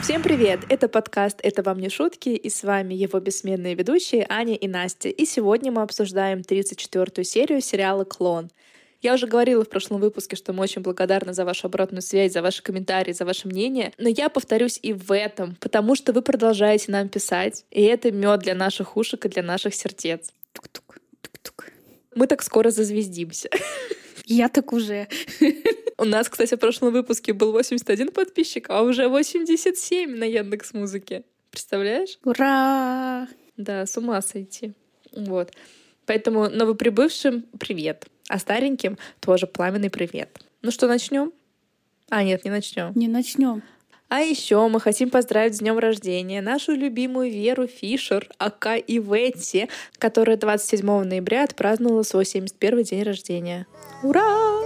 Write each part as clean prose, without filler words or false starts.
Всем привет! Это подкаст «Это вам не шутки», и с вами его бессменные ведущие Аня и Настя. И сегодня мы обсуждаем 34-ю серию сериала «Клон». Я уже говорила в прошлом выпуске, что мы очень благодарны за вашу обратную связь, за ваши комментарии, за ваше мнение. Но я повторюсь и в этом, потому что вы продолжаете нам писать, и это мед для наших ушек и для наших сердец. Тук-тук, тук-тук. Мы так скоро зазвездимся. Я так уже. У нас, кстати, в прошлом выпуске был 81 подписчик, а уже 87 на Яндекс.Музыке. Представляешь? Ура! Да, с ума сойти. Вот. Поэтому новоприбывшим привет, а стареньким тоже пламенный привет. Ну что, начнем? А, нет, не начнем. Не начнем. А еще мы хотим поздравить с днем рождения нашу любимую Веру Фишер, ака Иветти, которая 27 ноября отпраздновала свой 71-й день рождения. Ура!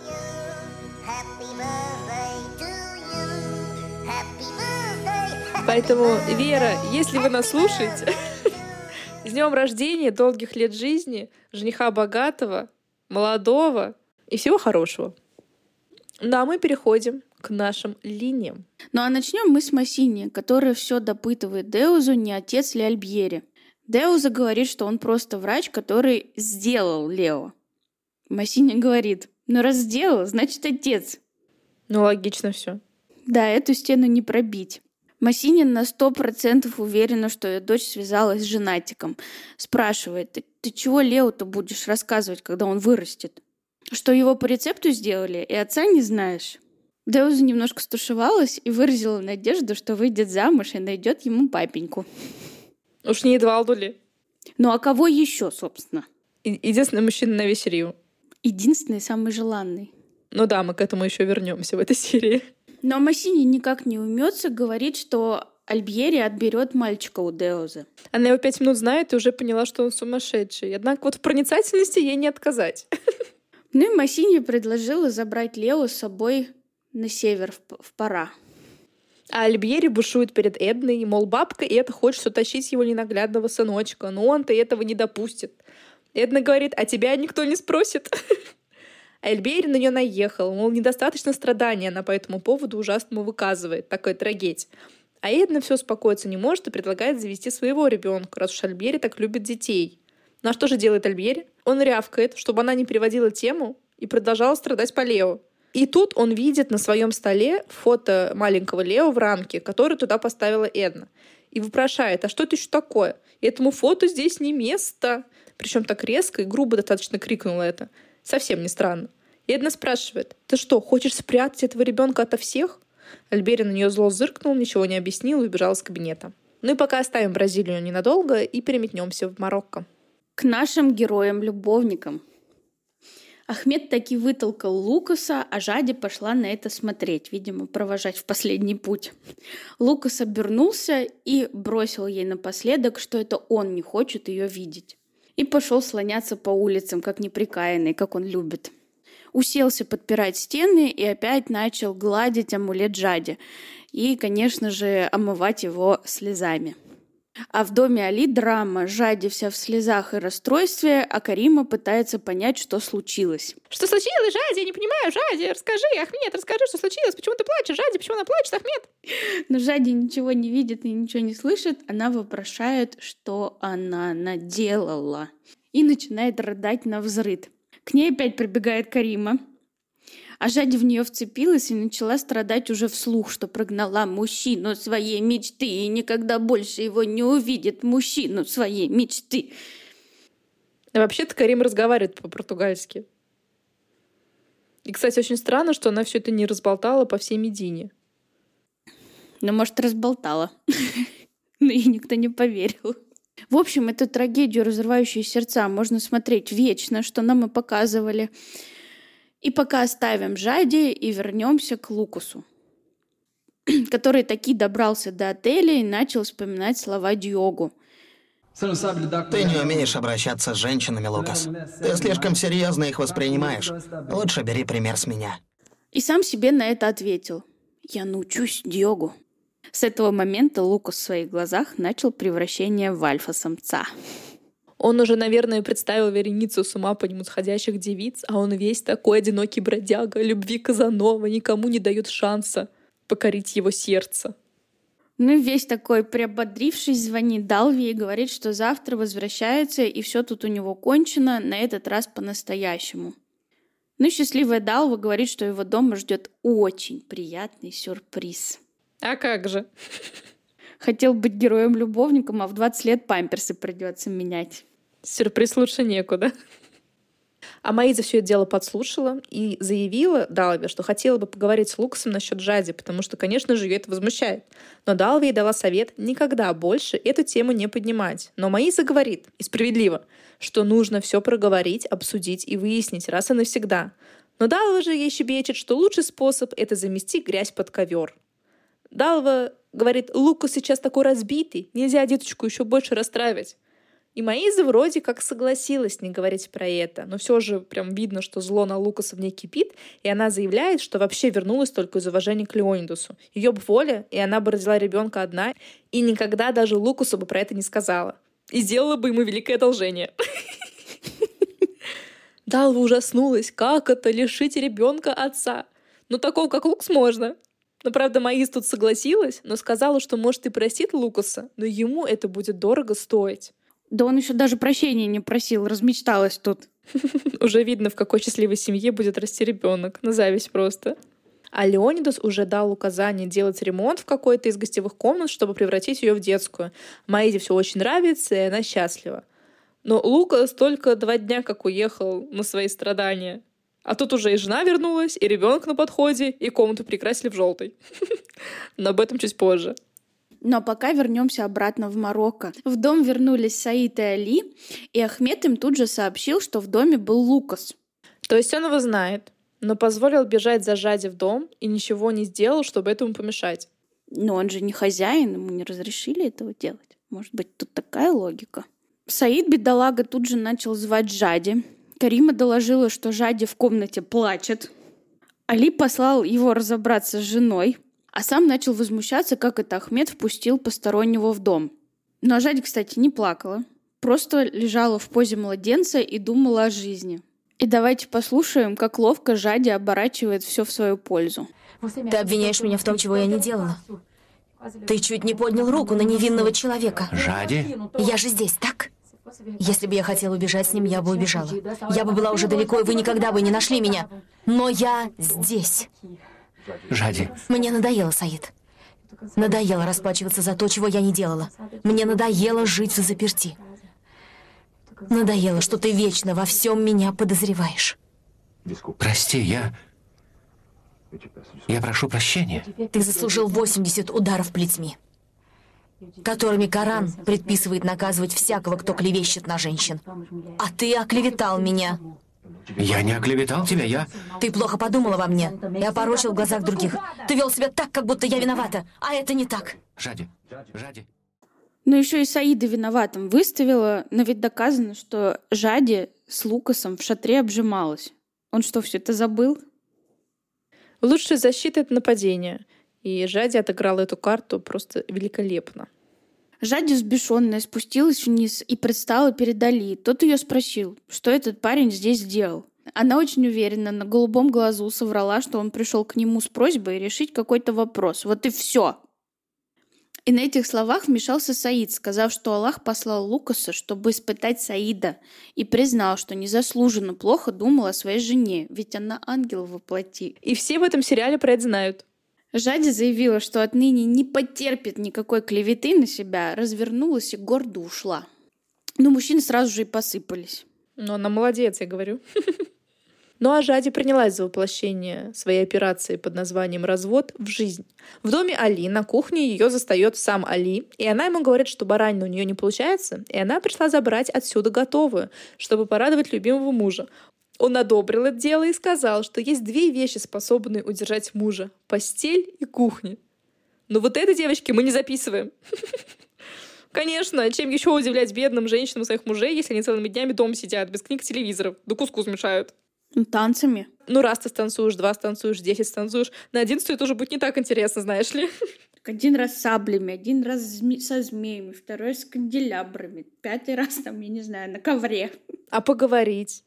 Поэтому, Вера, если вы нас слушаете, с днем рождения, долгих лет жизни, жениха богатого, молодого и всего хорошего. Ну а мы переходим к нашим линиям. Ну а начнем мы с Массини, который все допытывает Деузу, не отец ли Альбьери. Деуза говорит, что он просто врач, который сделал Лео. Массини говорит: ну раз сделал, значит отец. Ну логично все. Да, эту стену не пробить. Массини на 100% уверена, что ее дочь связалась с женатиком. Спрашивает: ты чего Лео-то будешь рассказывать, когда он вырастет? Что его по рецепту сделали, и отца не знаешь? Деуза немножко стушевалась и выразила надежду, что выйдет замуж и найдет ему папеньку. Уж не Эдвалду ли? Ну а кого еще, собственно? Единственный мужчина на весь Рио. Единственный, самый желанный. Ну да, мы к этому еще вернемся в этой серии. Но Массини никак не умется, говорит, что Альбьери отберет мальчика у Деузы. Она его 5 минут знает и уже поняла, что он сумасшедший. Однако вот в проницательности ей не отказать. Ну и Массини предложила забрать Лео с собой на север в Пара. А Альбьери бушует перед Эдной, мол, бабка Эд хочет утащить его ненаглядного сыночка, но он-то этого не допустит. Эдна говорит: а тебя никто не спросит. Альбьери на нее наехал, мол, недостаточно страдания она по этому поводу ужасному выказывает, такая трагедия. А Эдна все успокоиться не может и предлагает завести своего ребенка, раз уж Альбьери так любит детей. Ну а что же делает Альбьери? Он рявкает, чтобы она не переводила тему и продолжала страдать по Лео. И тут он видит на своем столе фото маленького Лео в рамке, который туда поставила Эдна. И вопрошает: а что это еще такое? Этому фото здесь не место. Причем так резко и грубо достаточно крикнула это. Совсем не странно. Эдна спрашивает: ты что, хочешь спрятать этого ребенка ото всех? Альбьери на нее зло зыркнул, ничего не объяснил и убежал из кабинета. Ну и пока оставим Бразилию ненадолго и переметнемся в Марокко. К нашим героям-любовникам. Ахмед таки вытолкал Лукаса, а Жади пошла на это смотреть, видимо, провожать в последний путь. Лукас обернулся и бросил ей напоследок, что это он не хочет ее видеть. И пошел слоняться по улицам, как неприкаянный, как он любит. Уселся подпирать стены и опять начал гладить амулет Жади. И, конечно же, омывать его слезами. А в доме Али драма. Жади вся в слезах и расстройстве, а Карима пытается понять, что случилось. Что случилось, Жади? Я не понимаю, Жади, расскажи, Ахмед, расскажи, что случилось, почему ты плачешь, Жади, почему она плачет, Ахмед? Но Жади ничего не видит и ничего не слышит. Она вопрошает, что она наделала. И начинает рыдать навзрыд. К ней опять прибегает Карима. А Жади в нее вцепилась и начала страдать уже вслух, что прогнала мужчину своей мечты и никогда больше его не увидит, мужчину своей мечты. Вообще-то Карима разговаривает по-португальски. И, кстати, очень странно, что она все это не разболтала по всей Медине. Ну, может, разболтала. Но ей никто не поверил. В общем, эту трагедию, разрывающую сердца, можно смотреть вечно, что нам и показывали. И пока оставим Жади и вернемся к Лукасу, который таки добрался до отеля и начал вспоминать слова Диогу. Ты не умеешь обращаться с женщинами, Лукас. Ты слишком серьезно их воспринимаешь. Лучше бери пример с меня. И сам себе на это ответил: я научусь Диогу. С этого момента Лукас в своих глазах начал превращение в альфа-самца. Он уже, наверное, представил вереницу с ума по нему сходящих девиц, а он весь такой одинокий бродяга, любви Казанова, никому не дает шанса покорить его сердце. Ну и весь такой приободрившись, звонит Далви и говорит, что завтра возвращается, и все тут у него кончено, на этот раз по-настоящему. Ну и счастливая Далва говорит, что его дома ждет очень приятный сюрприз. А как же? Хотел быть героем-любовником, а в 20 лет памперсы придется менять. Сюрприз лучше некуда. А Маиза все это дело подслушала и заявила Далве, что хотела бы поговорить с Лукасом насчет Жади, потому что, конечно же, ее это возмущает. Но Далве ей дала совет никогда больше эту тему не поднимать. Но Маиза говорит, и справедливо, что нужно все проговорить, обсудить и выяснить раз и навсегда. Но Далва же ей щебечет, что лучший способ — это замести грязь под ковер. Далва говорит, Лукас сейчас такой разбитый, нельзя деточку еще больше расстраивать. И Маиза вроде как согласилась не говорить про это, но все же прям видно, что зло на Лукаса в ней кипит, и она заявляет, что вообще вернулась только из уважения к Леонидасу. Ее бы воля, и она бы родила ребенка одна, и никогда даже Лукасу бы про это не сказала. И сделала бы ему великое одолжение. Далва ужаснулась, как это лишить ребенка отца? Ну такого, как Лукас, можно. Но, правда, Маиз тут согласилась, но сказала, что, может, и простит Лукаса, но ему это будет дорого стоить. Да он еще даже прощения не просил, размечталась тут. Уже видно, в какой счастливой семье будет расти ребенок. На зависть просто. А Леонидас уже дал указание делать ремонт в какой-то из гостевых комнат, чтобы превратить ее в детскую. Маизе все очень нравится, и она счастлива. Но Лукас только 2 дня как уехал на свои страдания. А тут уже и жена вернулась, и ребенок на подходе, и комнату прикрасили в желтый. Но об этом чуть позже. Но пока вернемся обратно в Марокко. В дом вернулись Саид и Али, и Ахмед им тут же сообщил, что в доме был Лукас. То есть он его знает, но позволил бежать за Жади в дом и ничего не сделал, чтобы этому помешать. Но он же не хозяин, ему не разрешили этого делать. Может быть, тут такая логика. Саид, бедолага, тут же начал звать Жади. Карима доложила, что Жади в комнате плачет. Али послал его разобраться с женой, а сам начал возмущаться, как это Ахмед впустил постороннего в дом. Но Жади, кстати, не плакала. Просто лежала в позе младенца и думала о жизни. И давайте послушаем, как ловко Жади оборачивает все в свою пользу. Ты обвиняешь меня в том, чего я не делала. Ты чуть не поднял руку на невинного человека. Жади? Я же здесь, так? Если бы я хотела убежать с ним, я бы убежала. Я бы была уже далеко, и вы никогда бы не нашли меня. Но я здесь. Жади. Мне надоело, Саид. Надоело расплачиваться за то, чего я не делала. Мне надоело жить в заперти. Надоело, что ты вечно во всем меня подозреваешь. Прости, я прошу прощения. Ты заслужил 80 ударов плетьми, которыми Коран предписывает наказывать всякого, кто клевещет на женщин. А ты оклеветал меня. Я не оклеветал тебя, Ты плохо подумала обо мне и опорочил в глазах других. Ты вел себя так, как будто я виновата, а это не так. Жади. Но еще и Саида виноватым выставила, но ведь доказано, что Жади с Лукасом в шатре обжималась. Он что, все это забыл? Лучшая защита — это нападение. И Жади отыграла эту карту просто великолепно. Жади, взбешенная, спустилась вниз и предстала перед Али. Тот ее спросил, что этот парень здесь сделал. Она очень уверенно на голубом глазу соврала, что он пришел к нему с просьбой решить какой-то вопрос. Вот и все. И на этих словах вмешался Саид, сказав, что Аллах послал Лукаса, чтобы испытать Саида, и признал, что незаслуженно плохо думал о своей жене, ведь она ангел во плоти. И все в этом сериале про это знают. Жади заявила, что отныне не потерпит никакой клеветы на себя, развернулась и гордо ушла. Но мужчины сразу же и посыпались. Но она молодец, я говорю. Ну а Жади принялась за воплощение своей операции под названием «Развод» в жизнь. В доме Али на кухне ее застает сам Али, и она ему говорит, что баранина у нее не получается, и она пришла забрать отсюда готовую, чтобы порадовать любимого мужа. Он одобрил это дело и сказал, что есть 2 вещи, способные удержать мужа — постель и кухня. Но вот это, девочки, мы не записываем. Конечно, чем еще удивлять бедным женщинам своих мужей, если они целыми днями дома сидят, без книг, телевизоров, да кускус мешают. Танцами. Ну, раз ты станцуешь, 2 станцуешь, 10 станцуешь, на 11 это уже будет не так интересно, знаешь ли. Один раз с саблями, один раз со змеями, второй с канделябрами, 5-й раз там, я не знаю, на ковре. А поговорить?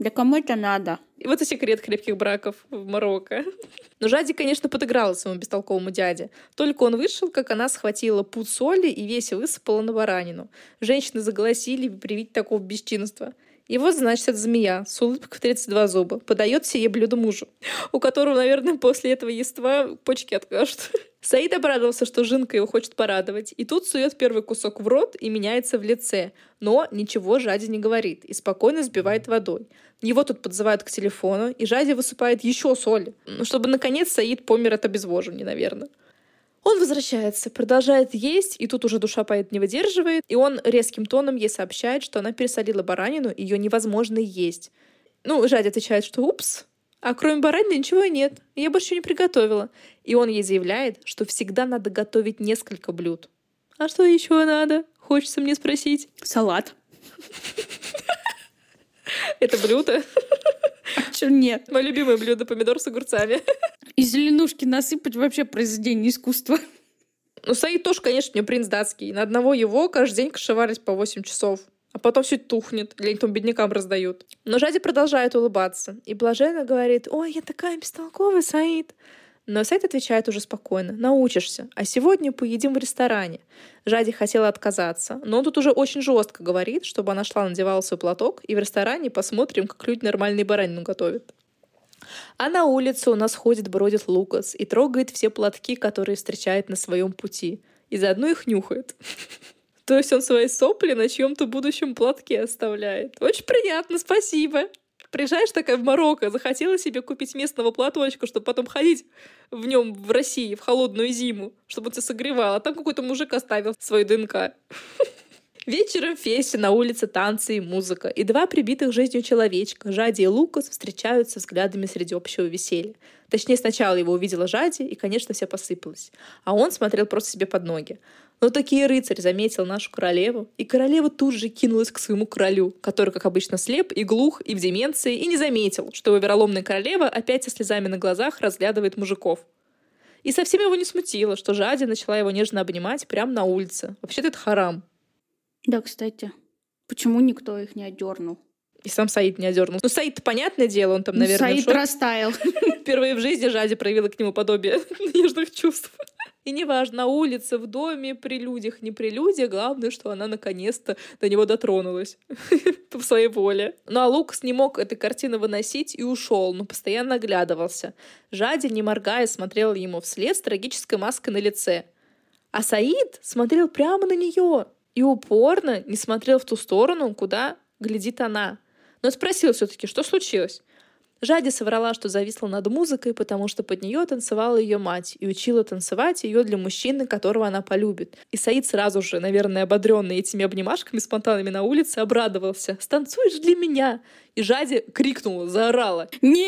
Да кому это надо? И вот и секрет крепких браков в Марокко. Но Жади, конечно, подыграла своему бестолковому дяде. Только он вышел, как она схватила пуд соли и весь высыпала на баранину. Женщины заголосили при виде такого бесчинства. И вот, значит, эта змея с улыбкой в 32 зуба подает сие блюдо мужу, у которого, наверное, после этого ества почки откажут. Саид обрадовался, что Жинка его хочет порадовать, и тут сует первый кусок в рот и меняется в лице, но ничего Жади не говорит и спокойно сбивает водой. Его тут подзывают к телефону, и Жади высыпает еще соли, чтобы, наконец, Саид помер от обезвоживания, наверное. Он возвращается, продолжает есть, и тут уже душа поэт не выдерживает, и он резким тоном ей сообщает, что она пересолила баранину, ее невозможно есть. Жади отвечает, что упс, а кроме баранины ничего и нет, я больше ничего не приготовила. И он ей заявляет, что всегда надо готовить несколько блюд. А что еще надо? Хочется мне спросить. Салат. Это блюдо. А чё нет? Мое любимое блюдо — помидор с огурцами. И зеленушки насыпать вообще произведение искусства. Саид тоже, конечно, мне принц датский. На одного его каждый день кошеварить по 8 часов. А потом все тухнет, или там беднякам раздают. Но Жади продолжает улыбаться. И блаженно говорит: «Ой, я такая бестолковая, Саид». Но Саид отвечает уже спокойно: «Научишься. А сегодня поедим в ресторане». Жади хотела отказаться, но он тут уже очень жестко говорит, чтобы она шла, надевала свой платок, и в ресторане посмотрим, как люди нормальные баранину готовят. А на улице у нас бродит Лукас и трогает все платки, которые встречает на своем пути. И заодно их нюхает. То есть он свои сопли на чьем-то будущем платке оставляет. Очень приятно, спасибо. Приезжаешь такая в Марокко, захотела себе купить местного платочка, чтобы потом ходить в нем в России в холодную зиму, чтобы он тебя согревал. А там какой-то мужик оставил свою ДНК. Вечером в Фесе на улице танцы и музыка. И два прибитых жизнью человечка, Жади и Лукас, встречаются взглядами среди общего веселья. Точнее, сначала его увидела Жади, и, конечно, все посыпалось. А он смотрел просто себе под ноги. Но таки рыцарь заметил нашу королеву, и королева тут же кинулась к своему королю, который, как обычно, слеп и глух, и в деменции, и не заметил, что его вероломная королева опять со слезами на глазах разглядывает мужиков. И совсем его не смутило, что Жади начала его нежно обнимать прямо на улице. Вообще-то это харам. Да, кстати. Почему никто их не одернул? И сам Саид не одернул. Саид-то, понятное дело, он там, наверное, Саид растаял. Впервые в жизни Жади проявила к нему подобие нежных чувств. И неважно, на улице, в доме, при людях, не при людях, главное, что она наконец-то до него дотронулась по своей воле. А Лукас не мог этой картины выносить и ушел, но постоянно оглядывался. Жади, не моргая, смотрела ему вслед с трагической маской на лице. А Саид смотрел прямо на нее и упорно не смотрел в ту сторону, куда глядит она. Но спросил все-таки, что случилось. Жади соврала, что зависла над музыкой, потому что под нее танцевала ее мать и учила танцевать ее для мужчины, которого она полюбит. И Саид сразу же, наверное, ободренный этими обнимашками спонтанными на улице, обрадовался: «Станцуешь для меня!» И Жади крикнула, заорала: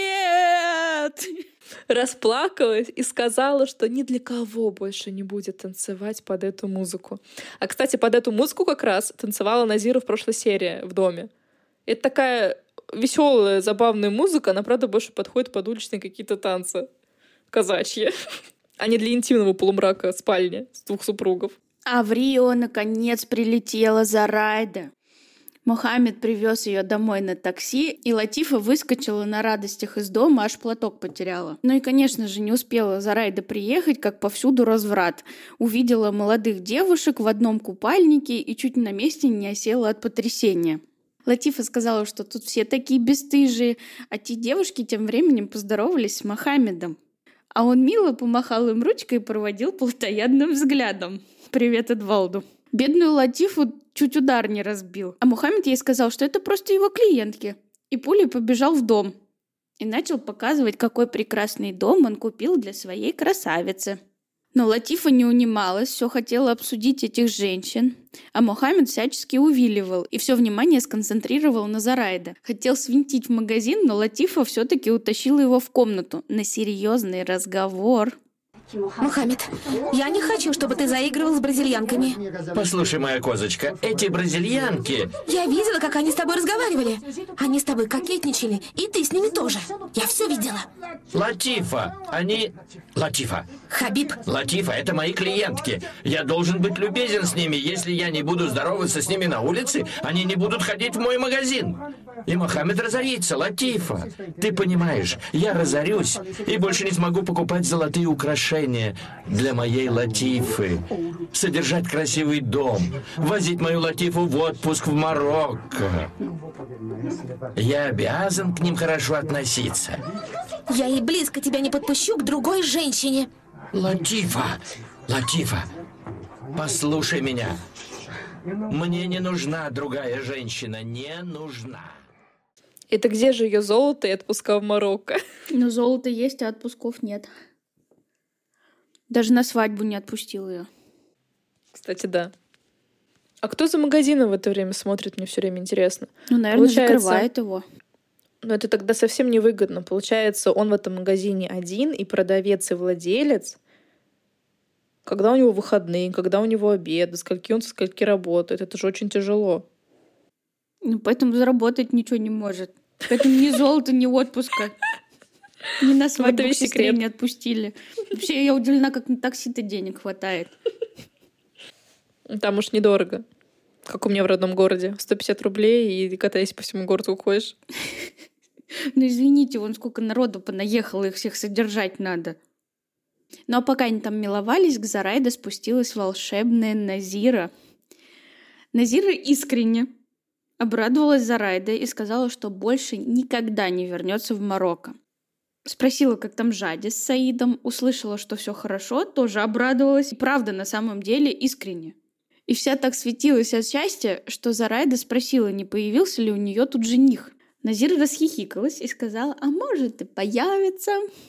«Нет!» Расплакалась и сказала, что ни для кого больше не будет танцевать под эту музыку. А, кстати, под эту музыку как раз танцевала Назира в прошлой серии в доме. Это такая веселая, забавная музыка, она, правда, больше подходит под уличные какие-то танцы казачьи, а не для интимного полумрака спальни с двух супругов. А в Рио, наконец, прилетела Зарайда. Мохаммед привез ее домой на такси, и Латифа выскочила на радостях из дома, аж платок потеряла. Ну и, конечно же, не успела Зарайда приехать, как повсюду разврат. Увидела молодых девушек в одном купальнике и чуть на месте не осела от потрясения. Латифа сказала, что тут все такие бесстыжие, а те девушки тем временем поздоровались с Мохаммедом. А он мило помахал им ручкой и проводил плотоядным взглядом. Привет Эдвалду. Бедную Латифу чуть удар не разбил. А Мохаммед ей сказал, что это просто его клиентки. И пулей побежал в дом. И начал показывать, какой прекрасный дом он купил для своей красавицы. Но Латифа не унималась, все хотела обсудить этих женщин. А Мохаммед всячески увиливал и все внимание сконцентрировал на Зарайда. Хотел свинтить в магазин, но Латифа все-таки утащила его в комнату на серьезный разговор. Мухаммед, я не хочу, чтобы ты заигрывал с бразильянками. Послушай, моя козочка, эти бразильянки... Я видела, как они с тобой разговаривали. Они с тобой кокетничали, и ты с ними тоже. Я все видела. Латифа, они... Латифа. Хабиб. Латифа, это мои клиентки. Я должен быть любезен с ними. Если я не буду здороваться с ними на улице, они не будут ходить в мой магазин. И Мухаммед разорится, Латифа. Ты понимаешь, я разорюсь и больше не смогу покупать золотые украшения для моей Латифы, содержать красивый дом, возить мою Латифу в отпуск в Марокко. Я обязан к ним хорошо относиться. Я и близко тебя не подпущу к другой женщине. Латифа, Латифа, послушай меня. Мне не нужна другая женщина, не нужна. Это где же ее золото и отпуска в Марокко? Но золото есть, а отпусков нет. Даже на свадьбу не отпустил ее. Кстати, да. А кто за магазином в это время смотрит, мне все время интересно. Ну, наверное, закрывает его. Но это тогда совсем невыгодно. Получается, он в этом магазине один, и продавец, и владелец. Когда у него выходные, когда у него обед, до скольки он со скольки работает. Это же очень тяжело. Ну, поэтому заработать ничего не может. Поэтому ни золота, ни отпуска. Ни на свадьбу к сестре не отпустили. Вообще, я удивлена, как на такси-то денег хватает. Там уж недорого. Как у меня в родном городе. 150 рублей, и катаясь по всему городу уходишь. Ну, извините, вон сколько народу понаехало, их всех содержать надо. Ну, а пока они там миловались, к Зарайде спустилась волшебная Назира. Назира искренне обрадовалась Зарайде и сказала, что больше никогда не вернется в Марокко. Спросила, как там Жади с Саидом, услышала, что все хорошо, тоже обрадовалась. И правда, на самом деле, искренне. И вся так светилась от счастья, что Зарайда спросила, не появился ли у нее тут жених. Назира расхихикалась и сказала, а может и появится.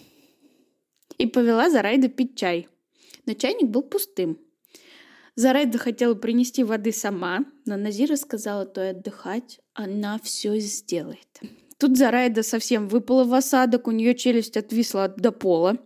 И повела Зарайду пить чай. Но чайник был пустым. Зарайда хотела принести воды сама, но Назира сказала, то и отдыхать она все сделает. Тут Зарайда совсем выпала в осадок, у нее челюсть отвисла до пола.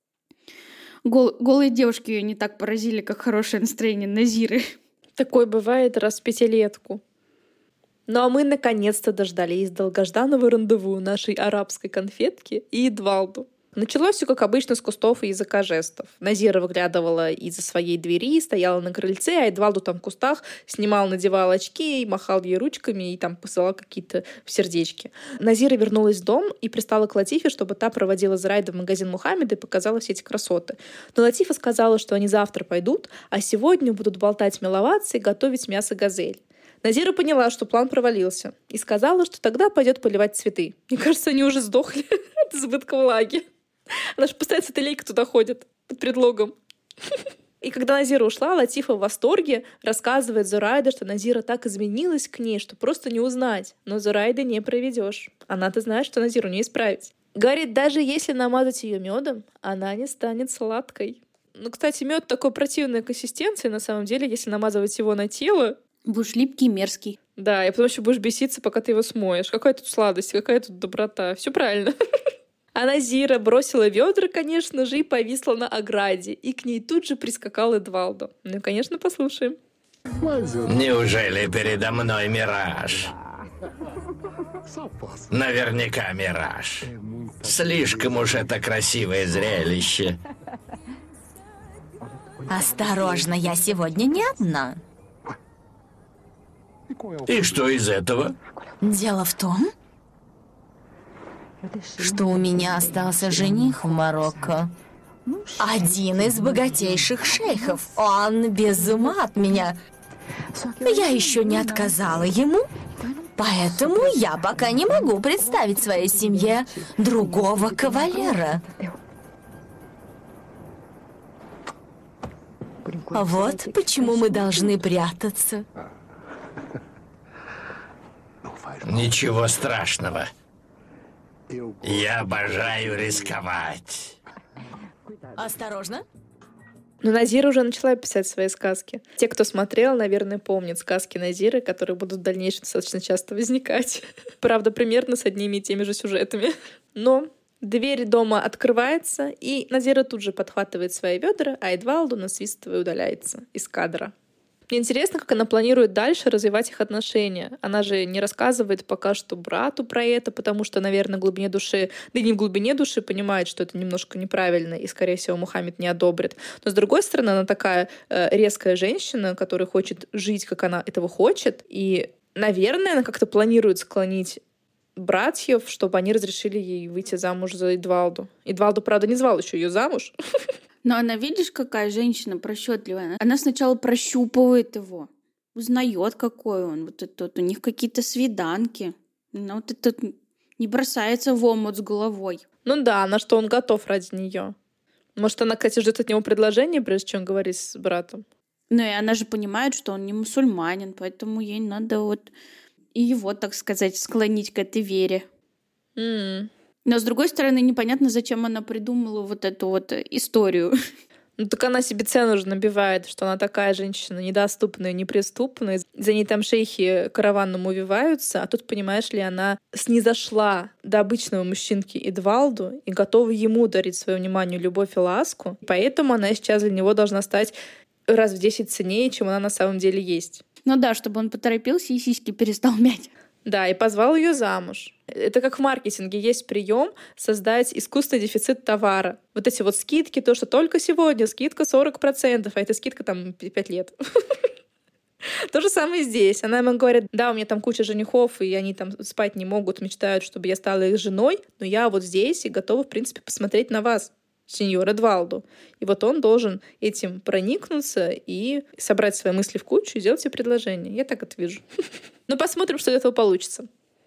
Голые девушки ее не так поразили, как хорошее настроение Назиры. Такое бывает раз в пятилетку. Ну а мы наконец-то дождались долгожданного рандеву нашей арабской конфетки и Эдвалду. Началось все, как обычно, с кустов и языка жестов. Назира выглядывала из-за своей двери, стояла на крыльце, а Эдвалду там в кустах снимал, надевал очки, махал ей ручками и там посылал какие-то сердечки. Назира вернулась в дом и пристала к Латифе, чтобы та проводила Зарайду в магазин Мухаммеда и показала все эти красоты. Но Латифа сказала, что они завтра пойдут, а сегодня будут болтать, миловаться и готовить мясо газель. Назира поняла, что план провалился, и сказала, что тогда пойдет поливать цветы. Мне кажется, они уже сдохли от избытка влаги. Она же постоянно с этой лейкой туда ходит под предлогом. И когда Назира ушла, Латифа в восторге рассказывает Зарайде, что Назира так изменилась к ней, что просто не узнать. Но Зарайде не проведешь. Она-то знает, что Назиру не исправить. Говорит, даже если намазать ее медом, она не станет сладкой. Ну, кстати, мед такой противной консистенции, на самом деле, если намазывать его на тело. Будешь липкий и мерзкий. Да, и потом еще будешь беситься, пока ты его смоешь. Какая тут сладость, какая тут доброта. Все правильно. А Назира бросила ведра, конечно же, и повисла на ограде. И к ней тут же прискакал Эдвалдо. Ну, конечно, послушаем. Неужели передо мной мираж? Наверняка мираж. Слишком уж это красивое зрелище. Осторожно, я сегодня не одна. И что из этого? Дело в том, что у меня остался жених в Марокко. Один из богатейших шейхов. Он без ума от меня. Я еще не отказала ему, поэтому я пока не могу представить своей семье другого кавалера. Вот почему мы должны прятаться. Ничего страшного. Я обожаю рисковать. Осторожно. Но Назира уже начала писать свои сказки. Те, кто смотрел, наверное, помнят сказки Назиры, которые будут в дальнейшем достаточно часто возникать. Правда, примерно с одними и теми же сюжетами. Но Дверь дома открывается, и Назира тут же подхватывает свои ведра, а Эдвалду, насвистывая, удаляется из кадра. Мне интересно, как она планирует дальше развивать их отношения. Она же не рассказывает пока что брату про это, потому что, наверное, в глубине души, да и не в глубине души, понимает, что это немножко неправильно, и, скорее всего, Мухаммед не одобрит. Но, с другой стороны, она такая резкая женщина, которая хочет жить, как она этого хочет, и, наверное, она как-то планирует склонить братьев, чтобы они разрешили ей выйти замуж за Эдвалду. Эдвалду, правда, не звал еще ее замуж. Но она, видишь, какая женщина просчетливая. Она сначала прощупывает его, узнает, какой он. Вот это вот, у них какие-то свиданки. Она вот это не бросается в омут с головой. Ну да, на что он готов ради нее. Может, она, кстати, ждет от него предложение, прежде чем говорить с братом. Ну и она же понимает, что он не мусульманин, поэтому ей надо вот и его, так сказать, склонить к этой вере. Но, с другой стороны, непонятно, зачем она придумала вот эту вот историю. Ну так она себе цену уже набивает, что она такая женщина недоступная, неприступная. За ней там шейхи караваном увиваются, а тут, понимаешь ли, она снизошла до обычного мужчинки Эдвалду и готова ему дарить свое внимание, любовь и ласку. Поэтому она сейчас для него должна стать раз в 10 ценнее, чем она на самом деле есть. Ну да, чтобы он поторопился и сиськи перестал мять. Да, и позвал ее замуж. Это как в маркетинге есть прием создать искусственный дефицит товара. Вот эти вот скидки, то, что только сегодня скидка 40%, а эта скидка там 5 лет. То же самое здесь. Она ему говорит: да, у меня там куча женихов, и они там спать не могут, мечтают, чтобы я стала их женой, но я вот здесь и готова, в принципе, посмотреть на вас, сеньор Эдвалду. И вот он должен этим проникнуться и собрать свои мысли в кучу и сделать себе предложение. Я так это вижу. Ну, посмотрим, что из этого получится.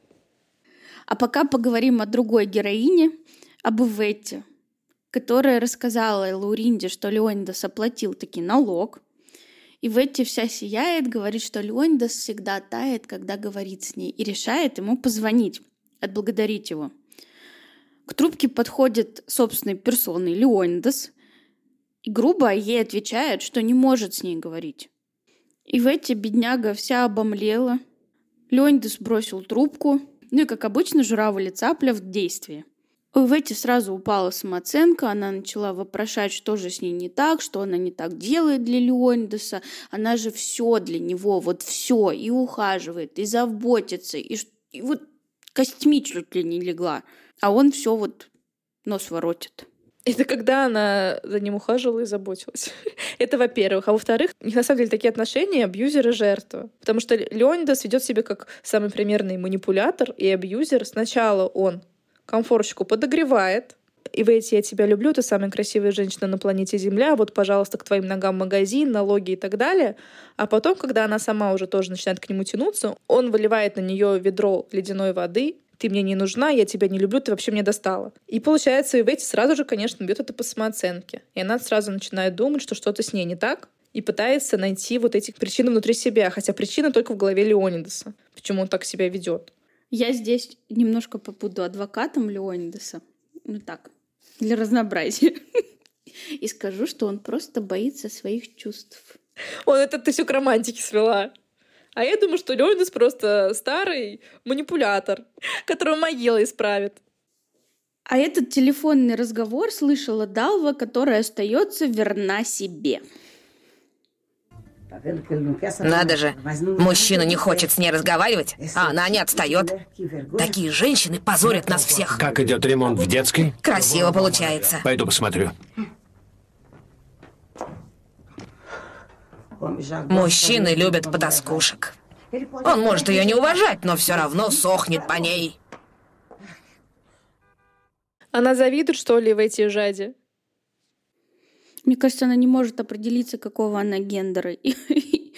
А пока поговорим о другой героине, об Иветте, которая рассказала Лауринде, что Леонидас оплатил таки налог. Иветте вся сияет, говорит, что Леонидас всегда тает, когда говорит с ней, и решает ему позвонить, отблагодарить его. К трубке подходит собственной персоной Леонидас и грубо ей отвечает, что не может с ней говорить. Иветте, бедняга, вся обомлела. Леонидас бросил трубку, ну и, как обычно, журавль и цапля в действии. У Иветте сразу упала самооценка, она начала вопрошать, что же с ней не так, что она не так делает для Леонидаса. Она же все для него, вот все, и ухаживает, и заботится, и вот костьми чуть ли не легла. А он все вот нос воротит. Это когда она за ним ухаживала и заботилась. Это во-первых. А во-вторых, у них на самом деле такие отношения абьюзер и жертва. Потому что Леонидас ведет себя как самый примерный манипулятор и абьюзер. Сначала он комфорочку подогревает. Иветте, я тебя люблю, ты самая красивая женщина на планете Земля, вот, пожалуйста, к твоим ногам магазин, налоги и так далее. А потом, когда она сама уже тоже начинает к нему тянуться, он выливает на нее ведро ледяной воды. Ты мне не нужна, я тебя не люблю, ты вообще мне достала. И получается, Иветте сразу же, конечно, бьет это по самооценке. И она сразу начинает думать, что что-то с ней не так, и пытается найти вот эти причины внутри себя, хотя причина только в голове Леонидаса, почему он так себя ведет. Я здесь немножко побуду адвокатом Леонидаса. Ну так, для разнообразия. И скажу, что он просто боится своих чувств. Ты все к романтике свела. А я думаю, что Леонидас просто старый манипулятор, которого могила исправит. А этот телефонный разговор слышала Далва, которая остается верна себе. Надо же, мужчина не хочет с ней разговаривать, а она не отстает. Такие женщины позорят нас всех. Как идет ремонт в детской? Красиво получается. Пойду посмотрю. Мужчины любят потаскушек. Он может ее не уважать, но все равно сохнет по ней. Она завидует, что ли, в эти жади? Мне кажется, она не может определиться, какого она гендера. И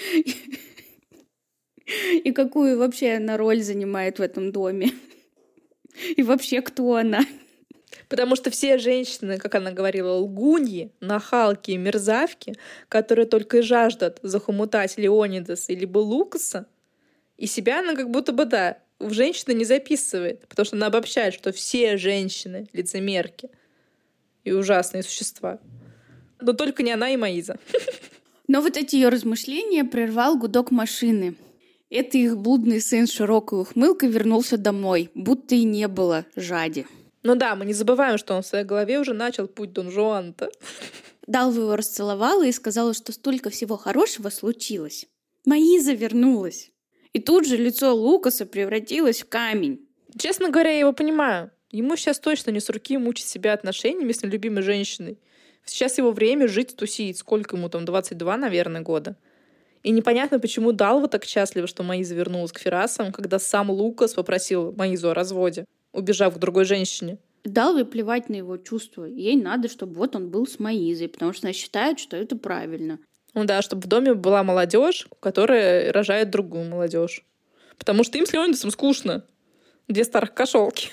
какую вообще она роль занимает в этом доме. И вообще, кто она. Потому что все женщины, как она говорила, лгуньи, нахалки и мерзавки, которые только и жаждут захомутать Леонидаса либо Лукаса, и себя она как будто бы, да, в женщины не записывает, потому что она обобщает, что все женщины лицемерки и ужасные существа. Но только не она и Маиза. Но вот эти ее размышления прервал гудок машины. Это их блудный сын с широкой ухмылкой вернулся домой, будто и не было жади. Ну да, мы не забываем, что он в своей голове уже начал путь Дон Жуана-то. Далва его расцеловала и сказала, что столько всего хорошего случилось. Маиза вернулась. И тут же лицо Лукаса превратилось в камень. Честно говоря, я его понимаю. Ему сейчас точно не с руки мучить себя отношениями с нелюбимой женщиной. Сейчас его время жить, тусить. Сколько ему там, 22, наверное, года. И непонятно, почему Далва так счастлива, что Маиза вернулась к Ферасам, когда сам Лукас попросил Маизу о разводе, убежав к другой женщине. Далве плевать на его чувства. Ей надо, чтобы вот он был с Маизой, потому что она считает, что это правильно. Ну да, чтобы в доме была молодежь, которая рожает другую молодежь. Потому что им с Леонидасом скучно. Две старых кошелки.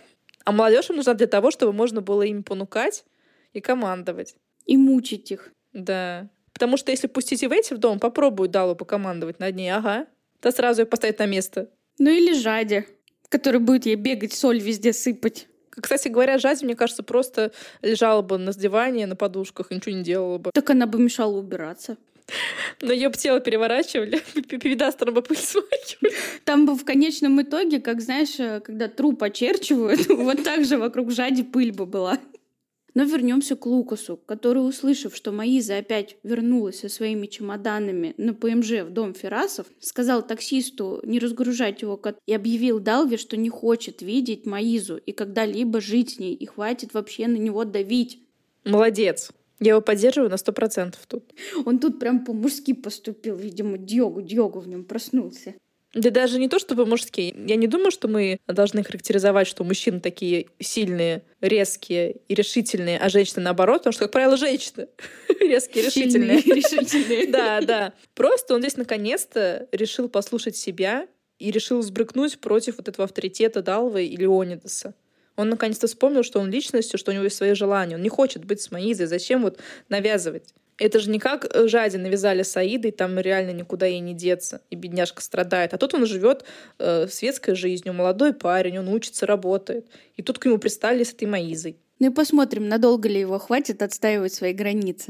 А молодежь им нужна для того, чтобы можно было ими понукать и командовать. И мучить их. Да. Потому что если пустить Ивети в дом, попробует Далу покомандовать над ней, ага. То сразу ее поставить на место. Ну или Жаде, который будет ей бегать, соль везде сыпать. Кстати говоря, Жаде, мне кажется, просто лежала бы на диване, на подушках и ничего не делала бы. Так она бы мешала убираться. Но ее бы тело переворачивали, пипедастром бы пыль смахивали. Там бы в конечном итоге, как, знаешь, когда труп очерчивают, вот так же вокруг Жади пыль бы была. Но вернемся к Лукасу, который, услышав, что Маиза опять вернулась со своими чемоданами на ПМЖ в дом Ферасов, сказал таксисту не разгружать его и объявил Далве, что не хочет видеть Маизу и когда-либо жить с ней, и хватит вообще на него давить. Молодец. Я его поддерживаю на 100% тут. Он тут прям по-мужски поступил, видимо, Дьогу в нем проснулся. Да даже не то, чтобы мужские. Я не думаю, что мы должны характеризовать, что мужчины такие сильные, резкие и решительные, а женщины наоборот, потому что, как правило, женщины резкие, решительные. Решительные. Да. Просто он здесь наконец-то решил послушать себя и решил сбрыкнуть против вот этого авторитета Далвы и Леонидаса. Он наконец-то вспомнил, что он личностью, что у него есть свои желания. Он не хочет быть с Маизой. Зачем вот навязывать? Это же не как Жаде навязали с Аидой, там реально никуда ей не деться, и бедняжка страдает. А тут он живет светской жизнью, молодой парень, он учится, работает. И тут к нему пристали с этой Маизой. Ну и посмотрим, надолго ли его хватит отстаивать свои границы.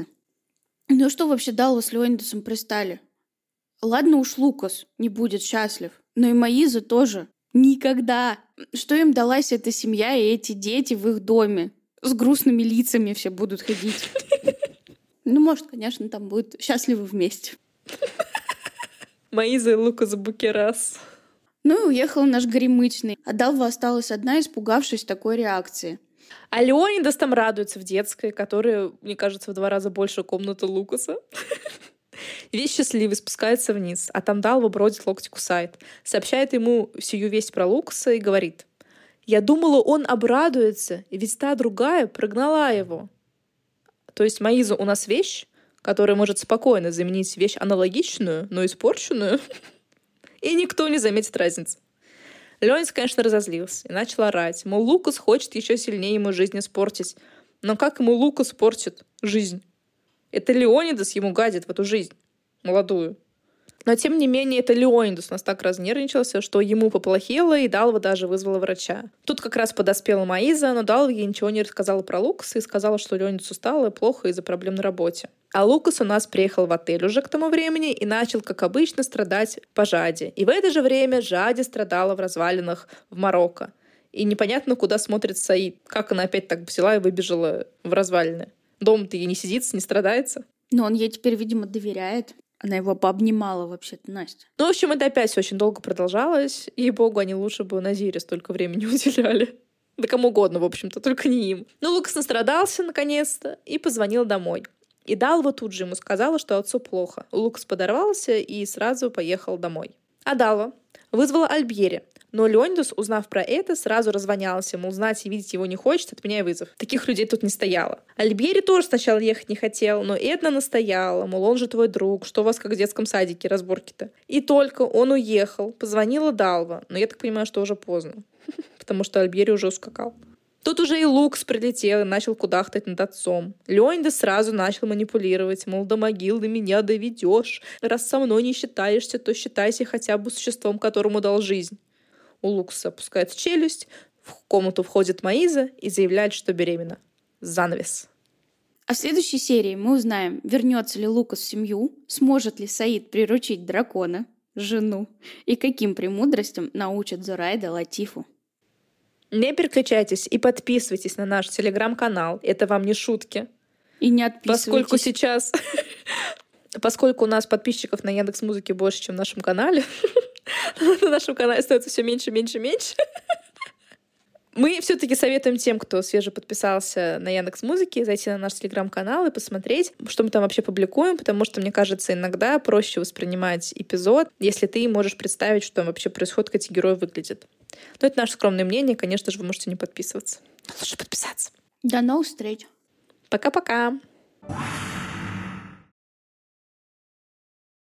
Ну что вообще Далва с Леонидасом пристали? Ладно уж Лукас не будет счастлив, но и Маиза тоже. Никогда. Что им далась эта семья и эти дети в их доме? С грустными лицами все будут ходить. Ну, может, конечно, там будут счастливы вместе. Маиза и Лукас Букерас. Ну и уехал наш горемычный. А Далва осталась одна, испугавшись такой реакции. А Леонидас там радуется в детской, которая, мне кажется, в 2 раза больше комнаты Лукаса. Весь счастливый спускается вниз, а там Далва бродит, локти кусает. Сообщает ему сию весть про Лукаса и говорит: «Я думала, он обрадуется, ведь та другая прогнала его». То есть Маиза у нас вещь, которая может спокойно заменить вещь аналогичную, но испорченную, и никто не заметит разницы. Леонидас, конечно, разозлился и начал орать. Мол, Лукас хочет еще сильнее ему жизнь испортить. Но как ему Лукас портит жизнь? Это Леонидас ему гадит в эту жизнь молодую. Но, тем не менее, это Леонидас у нас так разнервничался, что ему поплохело, и Далва даже вызвала врача. Тут как раз подоспела Маиза, но Далва ей ничего не рассказала про Лукаса и сказала, что Леонидас устал и плохо из-за проблем на работе. А Лукас у нас приехал в отель уже к тому времени и начал, как обычно, страдать по Жаде. И в это же время Жаде страдала в развалинах в Марокко. И непонятно, куда смотрит Саид. Как она опять так взяла и выбежала в развалины. Дома-то ей не сидится, не страдается. Но он ей теперь, видимо, доверяет. Она его пообнимала вообще-то, Настя. Ну, в общем, это опять все очень долго продолжалось. Ей-богу, они лучше бы Назире столько времени уделяли. Да кому угодно, в общем-то, только не им. Но Лукас настрадался, наконец-то, и позвонил домой. И Далва тут же ему сказала, что отцу плохо. Лукас подорвался и сразу поехал домой. А Далва вызвала Альбьери. Но Леонидас, узнав про это, сразу развонялся, мол, знать и видеть его не хочет, отменяй вызов. Таких людей тут не стояло. Альбьери тоже сначала ехать не хотел, но Эдна настояла, мол, он же твой друг, что у вас как в детском садике разборки-то. И только он уехал, позвонила Далва, но я так понимаю, что уже поздно, потому что Альбьери уже ускакал. Тут уже и Лукас прилетел и начал кудахтать над отцом. Леонидас сразу начал манипулировать, мол, до могилы меня доведешь. Раз со мной не считаешься, то считайся хотя бы существом, которому дал жизнь. У Лукаса опускается челюсть, в комнату входит Маиза и заявляет, что беременна. Занавес. А в следующей серии мы узнаем, вернется ли Лукас в семью, сможет ли Саид приручить дракона, жену, и каким премудростям научит Зурайда Латифу. Не переключайтесь и подписывайтесь на наш телеграм-канал. Это вам не шутки. И не отписывайтесь. Поскольку у нас подписчиков на Яндекс.Музыке больше, чем в нашем канале, на нашем канале остается все меньше. Мы все-таки советуем тем, кто свеже подписался на Яндекс.Музыке, зайти на наш телеграм-канал и посмотреть, что мы там вообще публикуем, потому что, мне кажется, иногда проще воспринимать эпизод, если ты можешь представить, что там вообще происходит, как эти герои выглядят. Но это наше скромное мнение, конечно же, вы можете не подписываться. Но лучше подписаться. До новых встреч. Пока-пока.